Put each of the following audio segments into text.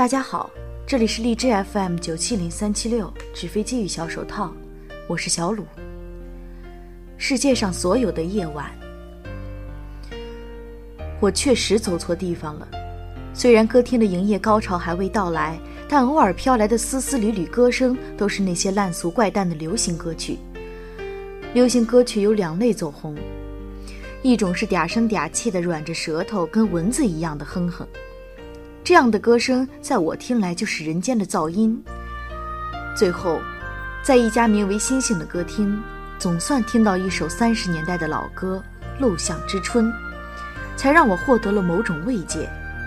大家好，这里是荔枝 FM 970376纸飞机与小手套，我是小鲁。世界上所有的夜晚，我确实走错地方了。虽然歌厅的营业高潮还未到来，但偶尔飘来的丝丝缕缕歌声都是那些烂俗怪诞的流行歌曲。流行歌曲有两类走红，一种是嗲声嗲气的软着舌头跟蚊子一样的哼哼，这样的歌声在我听来就是人间的噪音。最后在一家名为星星的歌厅，总算听到一首30年代的老歌《陋巷之春》，才让我获得了某种慰藉。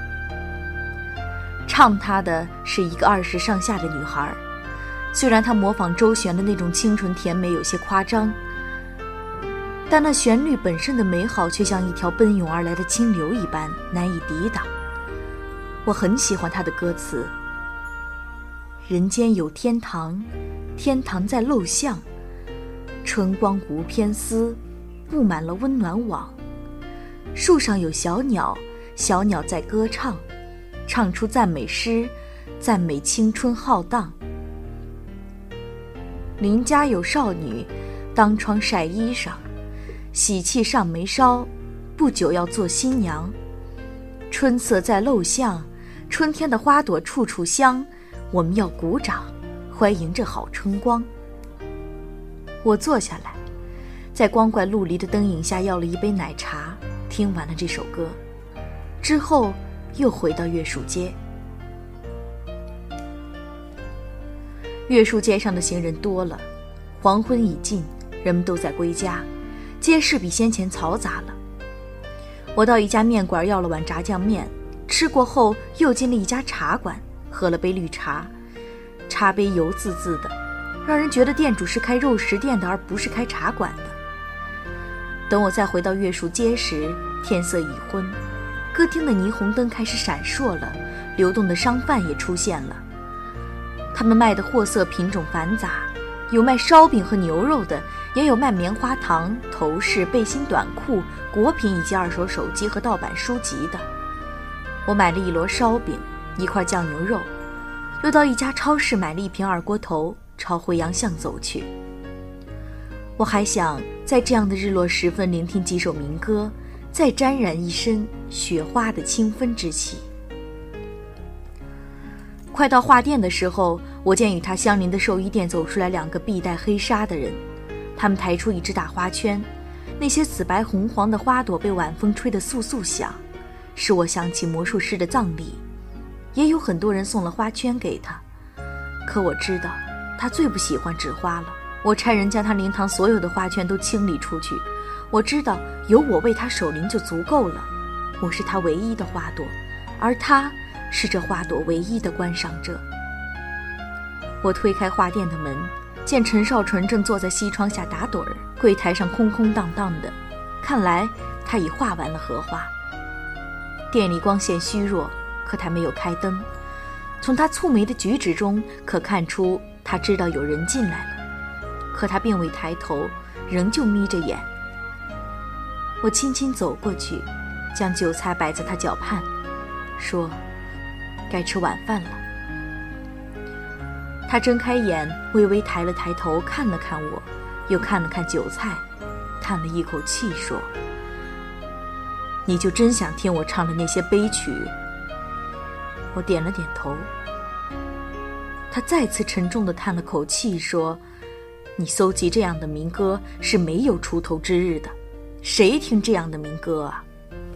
唱她的是一个20上下的女孩，虽然她模仿周璇的那种清纯甜美有些夸张，但那旋律本身的美好却像一条奔涌而来的清流一般难以抵挡。我很喜欢她的歌词：人间有天堂，天堂在陋巷，春光无偏私，布满了温暖网。树上有小鸟，小鸟在歌唱，唱出赞美诗，赞美青春浩荡。邻家有少女，当窗晒衣裳，喜气尚没烧，不久要做新娘。春色在陋巷，春天的花朵处处香，我们要鼓掌，欢迎这好春光。我坐下来，在光怪陆离的灯影下要了一杯奶茶，听完了这首歌之后，又回到月树街。月树街上的行人多了，黄昏已尽，人们都在归家，街市比先前嘈杂了。我到一家面馆要了碗炸酱面，吃过后又进了一家茶馆，喝了杯绿茶，茶杯油滋滋的，让人觉得店主是开肉食店的而不是开茶馆的。等我再回到月树街时，天色已昏，歌厅的霓虹灯开始闪烁了，流动的商贩也出现了。他们卖的货色品种繁杂，有卖烧饼和牛肉的，也有卖棉花糖、头饰、背心、短裤、果品以及二手手机和盗版书籍的。我买了一摞烧饼，一块酱牛肉，又到一家超市买了一瓶二锅头，朝回阳巷走去。我还想在这样的日落时分聆听几首民歌，再沾染一身雪花的清芬之气。快到画店的时候，我见与他相邻的寿衣店走出来2个必戴黑纱的人，他们抬出一只大花圈，那些紫白红黄的花朵被晚风吹得簌簌响，使我想起魔术师的葬礼。也有很多人送了花圈给他，可我知道他最不喜欢纸花了。我差人将他灵堂所有的花圈都清理出去，我知道有我为他守灵就足够了。我是他唯一的花朵，而他是这花朵唯一的观赏者。我推开画店的门，见陈少纯正坐在西窗下打盹儿，柜台上空空荡荡的，看来他已画完了荷花。店里光线虚弱，可他没有开灯，从他蹙眉的举止中可看出他知道有人进来了，可他并未抬头，仍旧眯着眼。我轻轻走过去，将酒菜摆在他脚畔，说：该吃晚饭了。他睁开眼，微微抬了抬头，看了看我，又看了看酒菜，叹了一口气说：你就真想听我唱的那些悲曲？我点了点头。他再次沉重地叹了口气说：你搜集这样的民歌是没有出头之日的，谁听这样的民歌啊？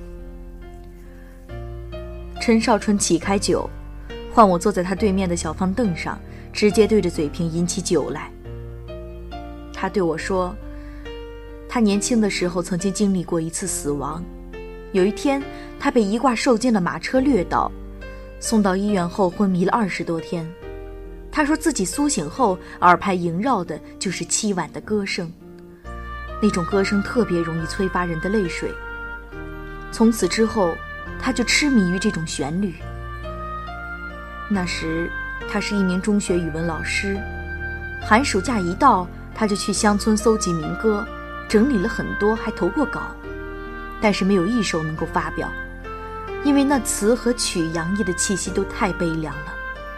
陈少春起开酒，换我坐在他对面的小方凳上，直接对着嘴瓶饮起酒来。他对我说，他年轻的时候曾经经历过一次死亡。有一天，他被一挂受惊的马车掠倒，送到医院后昏迷了20多天。他说自己苏醒后，耳畔萦绕的就是凄婉的歌声，那种歌声特别容易催发人的泪水。从此之后，他就痴迷于这种旋律。那时他是一名中学语文老师，寒暑假一到，他就去乡村搜集民歌，整理了很多，还投过稿，但是没有一首能够发表。 因为那词和曲洋溢的气息都太悲凉了。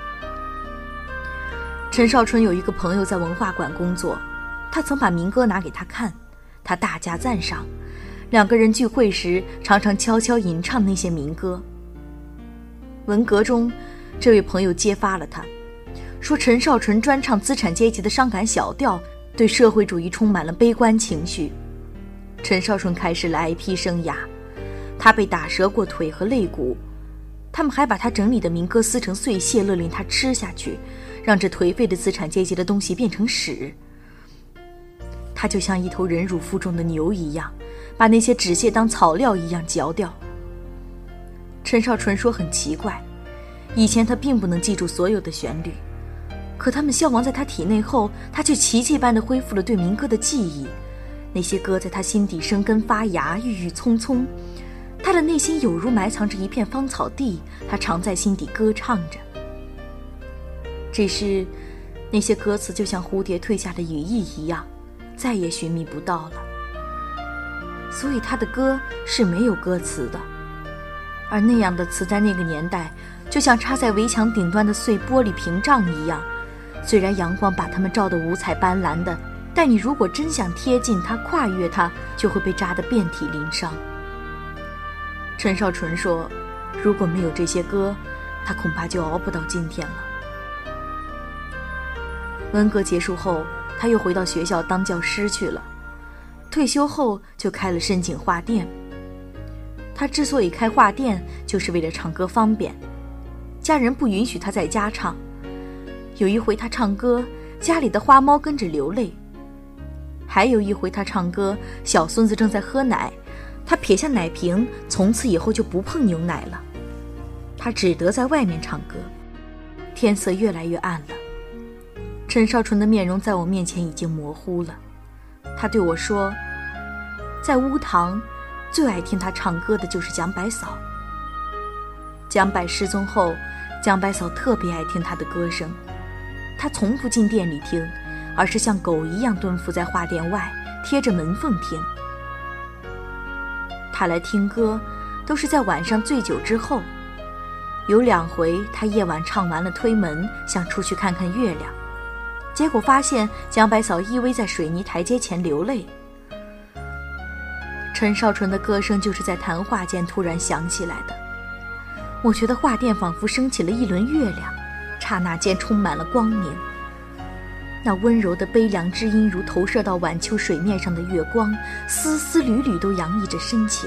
陈少春有一个朋友在文化馆工作，他曾把民歌拿给他看，他大加赞赏，两个人聚会时常常悄悄吟唱那些民歌。文革中，这位朋友揭发了他，说陈少春专唱资产阶级的伤感小调，对社会主义充满了悲观情绪。陈少春开始了挨批生涯，他被打折过腿和肋骨，他们还把他整理的民歌撕成碎屑，勒令他吃下去，让这颓废的资产阶级的东西变成屎。他就像一头忍辱负重的牛一样，把那些纸屑当草料一样嚼掉。陈少春说很奇怪，以前他并不能记住所有的旋律，可他们消亡在他体内后，他却奇迹般地恢复了对民歌的记忆。那些歌在他心底生根发芽，郁郁葱葱，他的内心有如埋藏着一片芳草地，他常在心底歌唱着。只是那些歌词就像蝴蝶褪下的羽翼一样，再也寻觅不到了。所以他的歌是没有歌词的，而那样的词在那个年代就像插在围墙顶端的碎玻璃屏障一样，虽然阳光把它们照得五彩斑斓的，但你如果真想贴近它，跨越它，就会被扎得遍体鳞伤。陈少春说，如果没有这些歌，他恐怕就熬不到今天了。文革结束后，他又回到学校当教师去了，退休后就开了深井画店。他之所以开画店，就是为了唱歌方便，家人不允许他在家唱。有一回他唱歌，家里的花猫跟着流泪。还有一回他唱歌，小孙子正在喝奶，他撇下奶瓶，从此以后就不碰牛奶了。他只得在外面唱歌。天色越来越暗了，陈少春的面容在我面前已经模糊了。他对我说，在乌堂最爱听他唱歌的就是蒋百嫂。蒋百失踪后，蒋百嫂特别爱听他的歌声，他从不进店里听，而是像狗一样蹲伏在画店外，贴着门缝听。他来听歌都是在晚上醉酒之后，有2回他夜晚唱完了推门，想出去看看月亮，结果发现蒋百嫂依偎在水泥台阶前流泪。陈少春的歌声就是在谈话间突然响起来的，我觉得画店仿佛升起了一轮月亮，刹那间充满了光明。那温柔的悲凉之音如投射到晚秋水面上的月光，丝丝缕缕都洋溢着深情。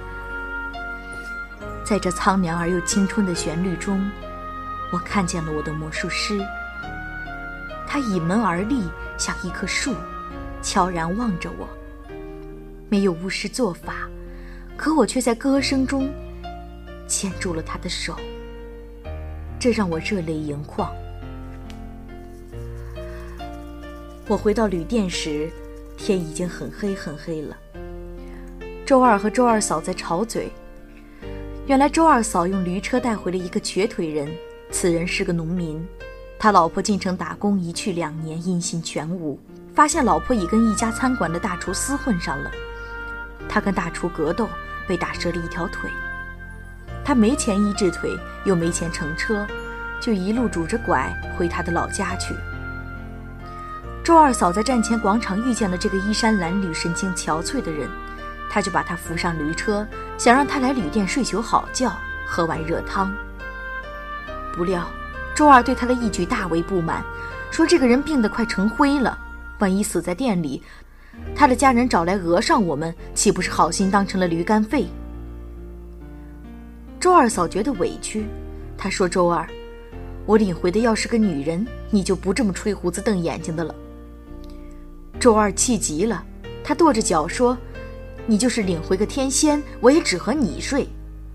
在这苍凉而又青春的旋律中，我看见了我的魔术师。他倚门而立，像一棵树，悄然望着我。没有巫师做法，可我却在歌声中牵住了他的手，这让我热泪盈眶。我回到旅店时，天已经很黑很黑了。周二和周二嫂在吵嘴。原来周二嫂用驴车带回了一个瘸腿人，此人是个农民，他老婆进城打工，一去2年，音信全无，发现老婆已跟一家餐馆的大厨厮混上了。他跟大厨格斗，被打折了一条腿。他没钱医治腿，又没钱乘车，就一路拄着拐回他的老家去。周二嫂在站前广场遇见了这个衣衫褴褛、神情憔悴的人，他就把他扶上驴车，想让他来旅店睡宿好觉，喝碗热汤。不料周二对他的一举大为不满，说这个人病得快成灰了，万一死在店里，他的家人找来讹上我们，岂不是好心当成了驴肝肺？周二嫂觉得委屈，她说，周二，我领回的要是个女人，你就不这么吹胡子瞪眼睛的了。周二气急了，他跺着脚说，你就是领回个天仙，我也只和你睡。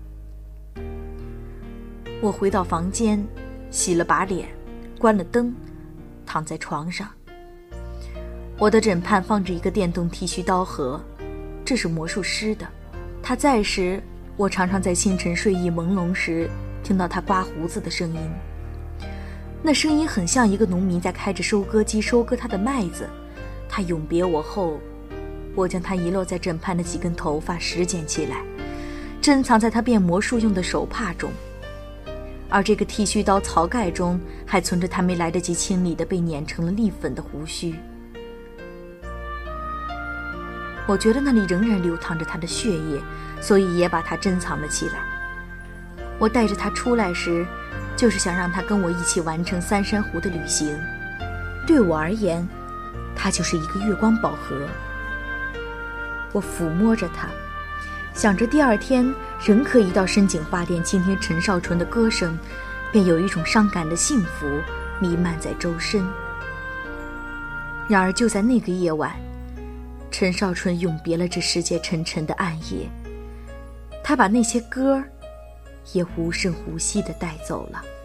我回到房间，洗了把脸，关了灯，躺在床上。我的枕畔放着一个电动剃须刀盒，这是魔术师的。他在时，我常常在清晨睡意朦胧时听到他刮胡子的声音，那声音很像一个农民在开着收割机收割他的麦子。他永别我后，我将他遗落在枕畔的几根头发拾捡起来， 珍藏在他变魔术用的手帕中，而这个剃须刀槽盖中还存着他没来得及清理的被碾成了粒粉的胡须。我觉得那里仍然流淌着他的血液，所以也把他珍藏了起来。我带着他出来时，就是想让他跟我一起完成三山湖的旅行。对我而言，他就是一个月光宝盒。我抚摸着它，想着第二天仍可以到深井花店倾听陈少纯的歌声，便有一种伤感的幸福弥漫在周身。然而就在那个夜晚，陈少纯永别了这世界沉沉的暗夜，他把那些歌也无声无息地带走了。